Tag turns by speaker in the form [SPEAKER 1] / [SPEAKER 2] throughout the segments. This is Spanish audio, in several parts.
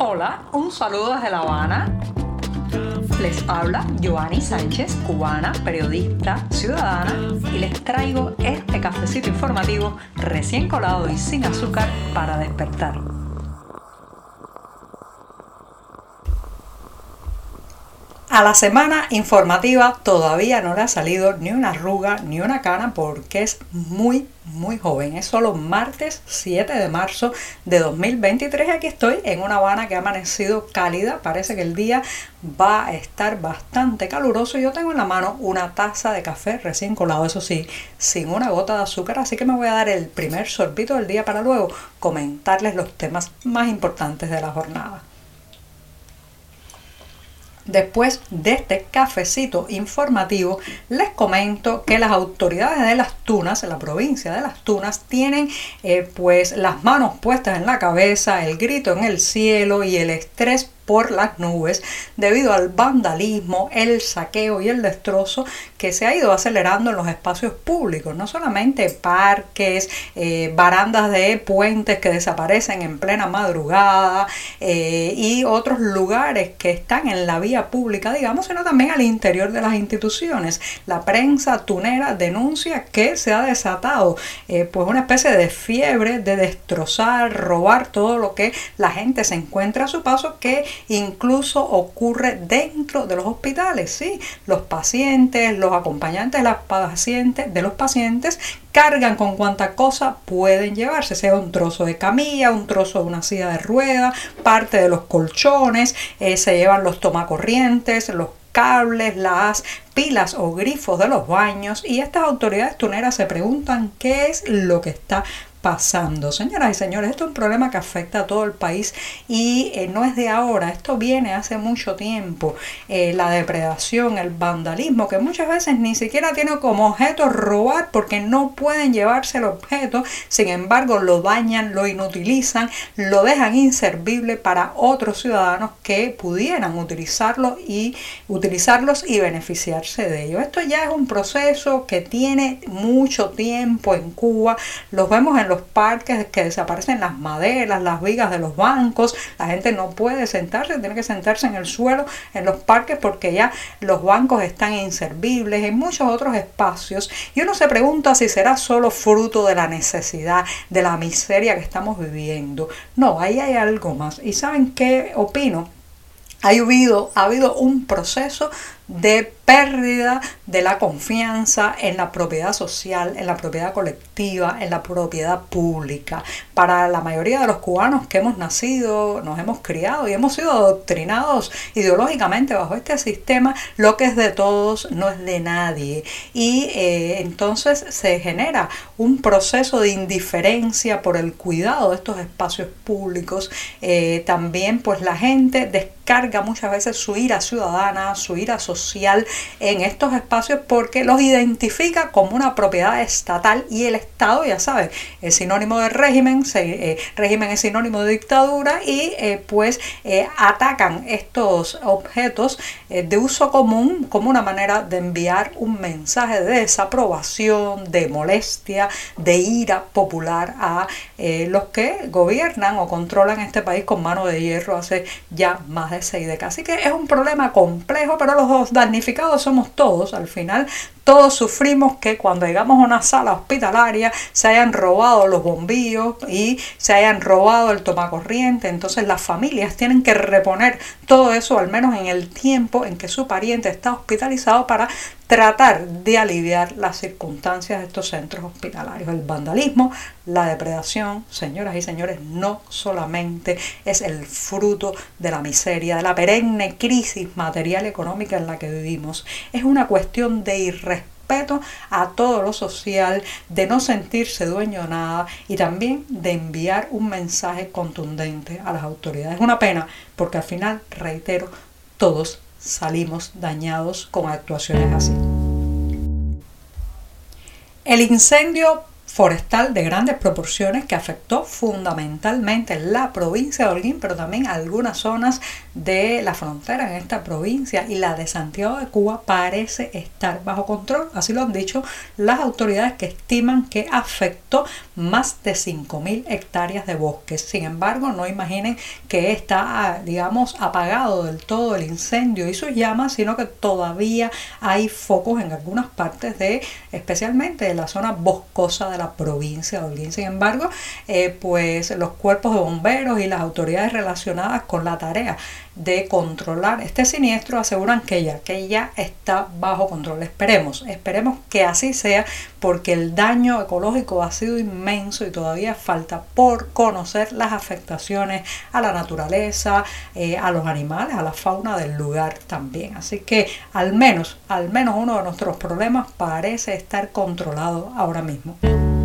[SPEAKER 1] Hola, un saludo desde La Habana. Les habla Joanny Sánchez, cubana, periodista, ciudadana, y les traigo este cafecito informativo recién colado y sin azúcar para despertar. A la semana informativa todavía no le ha salido ni una arruga ni una cana porque es muy joven. Es solo martes 7 de marzo de 2023 y aquí estoy en una Habana que ha amanecido cálida. Parece que el día va a estar bastante caluroso y yo tengo en la mano una taza de café recién colado, eso sí, sin una gota de azúcar, así que me voy a dar el primer sorbito del día para luego comentarles los temas más importantes de la jornada. Después de este cafecito informativo, les comento que las autoridades de Las Tunas, en la provincia de Las Tunas, tienen pues las manos puestas en la cabeza, el grito en el cielo y el estrés por las nubes debido al vandalismo, el saqueo y el destrozo que se ha ido acelerando en los espacios públicos, no solamente parques, barandas de puentes que desaparecen en plena madrugada y otros lugares que están en la vía pública, digamos, sino también al interior de las instituciones. La prensa tunera denuncia que se ha desatado pues una especie de fiebre de destrozar, robar todo lo que la gente se encuentra a su paso, que incluso ocurre dentro de los hospitales, ¿sí? Los pacientes, los acompañantes de los pacientes cargan con cuanta cosa pueden llevarse, sea un trozo de camilla, un trozo de una silla de ruedas, parte de los colchones, se llevan los tomacorrientes, los cables, las pilas o grifos de los baños, y estas autoridades tuneras se preguntan qué es lo que está pasando. Señoras y señores, esto es un problema que afecta a todo el país y no es de ahora, esto viene hace mucho tiempo. La depredación, el vandalismo, que muchas veces ni siquiera tiene como objeto robar porque no pueden llevarse el objeto, sin embargo lo dañan, lo inutilizan, lo dejan inservible para otros ciudadanos que pudieran utilizarlos y beneficiarse de ello. Esto ya es un proceso que tiene mucho tiempo en Cuba. Los vemos en los parques que desaparecen las maderas, las vigas de los bancos. La gente no puede sentarse, tiene que sentarse en el suelo en los parques porque ya los bancos están inservibles, en muchos otros espacios. Y uno se pregunta si será solo fruto de la necesidad, de la miseria que estamos viviendo. No, ahí hay algo más. ¿Y saben qué opino? Ha habido un proceso de pérdida de la confianza en la propiedad social, en la propiedad colectiva, en la propiedad pública. Para la mayoría de los cubanos que hemos nacido, nos hemos criado y hemos sido adoctrinados ideológicamente bajo este sistema, lo que es de todos no es de nadie. Y entonces se genera un proceso de indiferencia por el cuidado de estos espacios públicos. También pues la gente descarga muchas veces su ira ciudadana, su ira social en estos espacios porque los identifica como una propiedad estatal, y el Estado, ya saben, es sinónimo de régimen, régimen es sinónimo de dictadura, y atacan estos objetos de uso común como una manera de enviar un mensaje de desaprobación, de molestia, de ira popular a los que gobiernan o controlan este país con mano de hierro hace ya más de 6 décadas. Así que es un problema complejo, pero los damnificados somos todos. Al final todos sufrimos que cuando llegamos a una sala hospitalaria se hayan robado los bombillos y se hayan robado el tomacorriente. Entonces las familias tienen que reponer todo eso, al menos en el tiempo en que su pariente está hospitalizado, para tratar de aliviar las circunstancias de estos centros hospitalarios. El vandalismo, la depredación, señoras y señores, no solamente es el fruto de la miseria, de la perenne crisis material y económica en la que vivimos. Es una cuestión de respeto a todo lo social, de no sentirse dueño de nada y también de enviar un mensaje contundente a las autoridades. Es una pena porque al final, reitero, todos salimos dañados con actuaciones así. El incendio forestal de grandes proporciones que afectó fundamentalmente la provincia de Holguín, pero también algunas zonas de la frontera en esta provincia, y la de Santiago de Cuba parece estar bajo control. Así lo han dicho las autoridades, que estiman que afectó más de 5.000 hectáreas de bosques. Sin embargo, no imaginen que está, digamos, apagado del todo el incendio y sus llamas, sino que todavía hay focos en algunas partes especialmente de la zona boscosa de la provincia de Holguín. Sin embargo, pues los cuerpos de bomberos y las autoridades relacionadas con la tarea de controlar este siniestro aseguran que ya está bajo control. Esperemos que así sea, porque el daño ecológico ha sido inmenso y todavía falta por conocer las afectaciones a la naturaleza, a los animales, a la fauna del lugar también. Así que al menos uno de nuestros problemas parece estar controlado ahora mismo.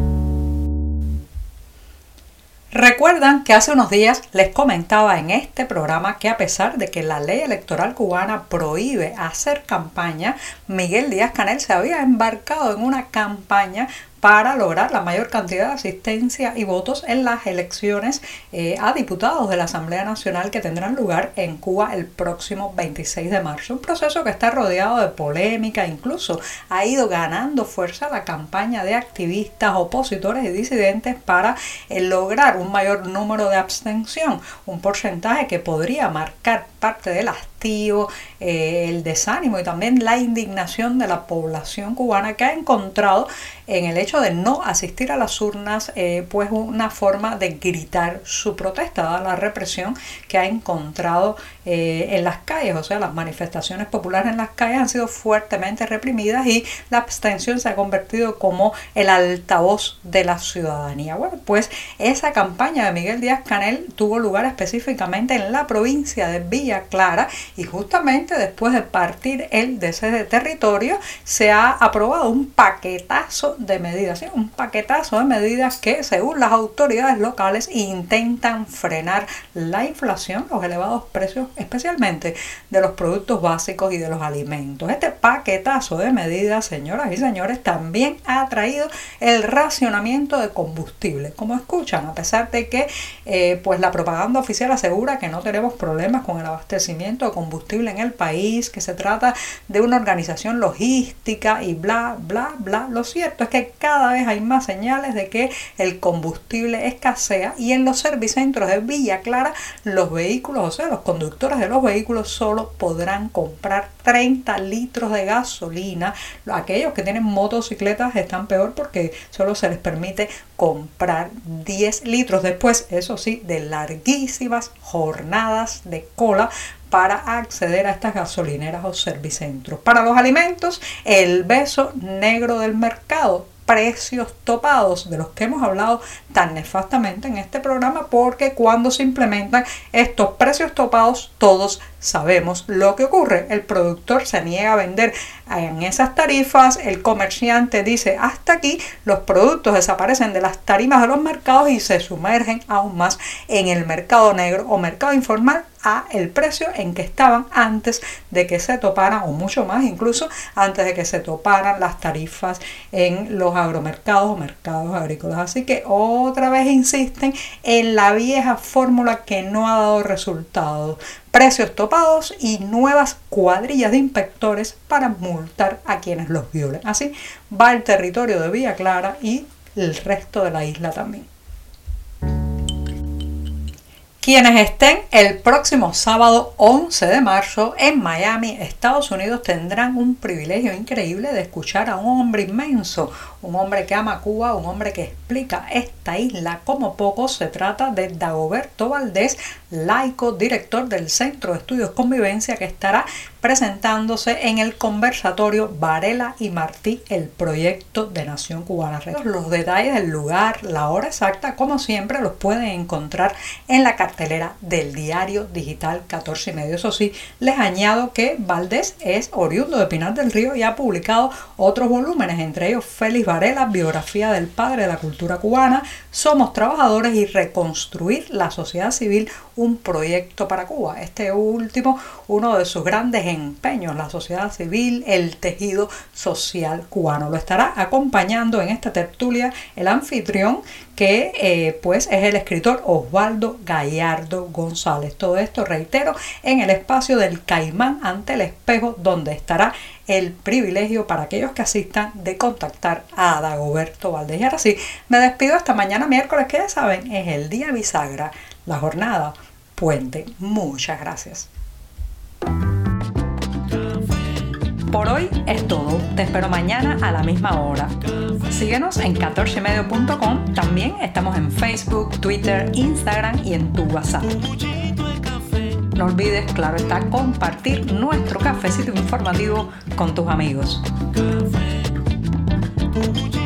[SPEAKER 1] Recuerdan que hace unos días les comentaba en este programa que, a pesar de que la ley electoral cubana prohíbe hacer campaña, Miguel Díaz-Canel se había embarcado en una campaña para lograr la mayor cantidad de asistencia y votos en las elecciones a diputados de la Asamblea Nacional que tendrán lugar en Cuba el próximo 26 de marzo. Un proceso que está rodeado de polémica, incluso ha ido ganando fuerza la campaña de activistas, opositores y disidentes para lograr un mayor número de abstención, un porcentaje que podría marcar parte del hastío, el desánimo y también la indignación de la población cubana, que ha encontrado en el hecho de no asistir a las urnas pues una forma de gritar su protesta, dada la represión que ha encontrado en las calles. O sea, las manifestaciones populares en las calles han sido fuertemente reprimidas y la abstención se ha convertido como el altavoz de la ciudadanía. Bueno, pues esa campaña de Miguel Díaz-Canel tuvo lugar específicamente en la provincia de Villa Clara, y justamente después de partir él de ese territorio se ha aprobado un paquetazo de medidas, ¿sí? Un paquetazo de medidas que, según las autoridades locales, intentan frenar la inflación, los elevados precios, especialmente de los productos básicos y de los alimentos. Este paquetazo de medidas, señoras y señores, también ha traído el racionamiento de combustible. Como escuchan, a pesar de que pues la propaganda oficial asegura que no tenemos problemas con el abastecimiento de combustible en el país, que se trata de una organización logística y bla, bla, bla, lo cierto es que cada vez hay más señales de que el combustible escasea, y en los servicentros de Villa Clara los vehículos, o sea, los conductores de los vehículos solo podrán comprar 30 litros de gasolina. Aquellos que tienen motocicletas están peor, porque solo se les permite comprar 10 litros después, eso sí, de larguísimas jornadas de cola para acceder a estas gasolineras o servicentros. Para los alimentos, el beso negro del mercado, precios topados, de los que hemos hablado tan nefastamente en este programa, porque cuando se implementan estos precios topados, todos sabemos lo que ocurre. El productor se niega a vender en esas tarifas, el comerciante dice hasta aquí, los productos desaparecen de las tarimas de los mercados y se sumergen aún más en el mercado negro o mercado informal, a el precio en que estaban antes de que se toparan, o mucho más incluso, antes de que se toparan las tarifas en los agromercados o mercados agrícolas. Así que otra vez insisten en la vieja fórmula que no ha dado resultados: precios topados y nuevas cuadrillas de inspectores para multar a quienes los violen. Así va el territorio de Villa Clara y el resto de la isla también. Quienes estén el próximo sábado 11 de marzo en Miami, Estados Unidos, tendrán un privilegio increíble de escuchar a un hombre inmenso, un hombre que ama Cuba, un hombre que explica esta isla como pocos. Se trata de Dagoberto Valdés, laico, director del Centro de Estudios Convivencia, que estará presentándose en el conversatorio Varela y Martí, el proyecto de Nación Cubana. Los detalles del lugar, la hora exacta, como siempre, los pueden encontrar en la cartelera del diario digital 14 y medio. Eso sí, les añado que Valdés es oriundo de Pinar del Río y ha publicado otros volúmenes, entre ellos Félix Varela, biografía del padre de la cultura cubana, Somos Trabajadores y Reconstruir la Sociedad Civil, un proyecto para Cuba. Este último, uno de sus grandes empeños, la sociedad civil, el tejido social cubano. Lo estará acompañando en esta tertulia el anfitrión, que pues es el escritor Osvaldo Gallardo González. Todo esto, reitero, en el espacio del Caimán ante el espejo, donde estará el privilegio para aquellos que asistan de contactar a Dagoberto Valdés. Y ahora sí, me despido hasta mañana miércoles, que ya saben, es el día bisagra, la jornada puente. Muchas gracias. Por hoy es todo. Te espero mañana a la misma hora. Síguenos en 14ymedio.com. También estamos en Facebook, Twitter, Instagram y en tu WhatsApp. No olvides, claro está, compartir nuestro cafecito informativo con tus amigos.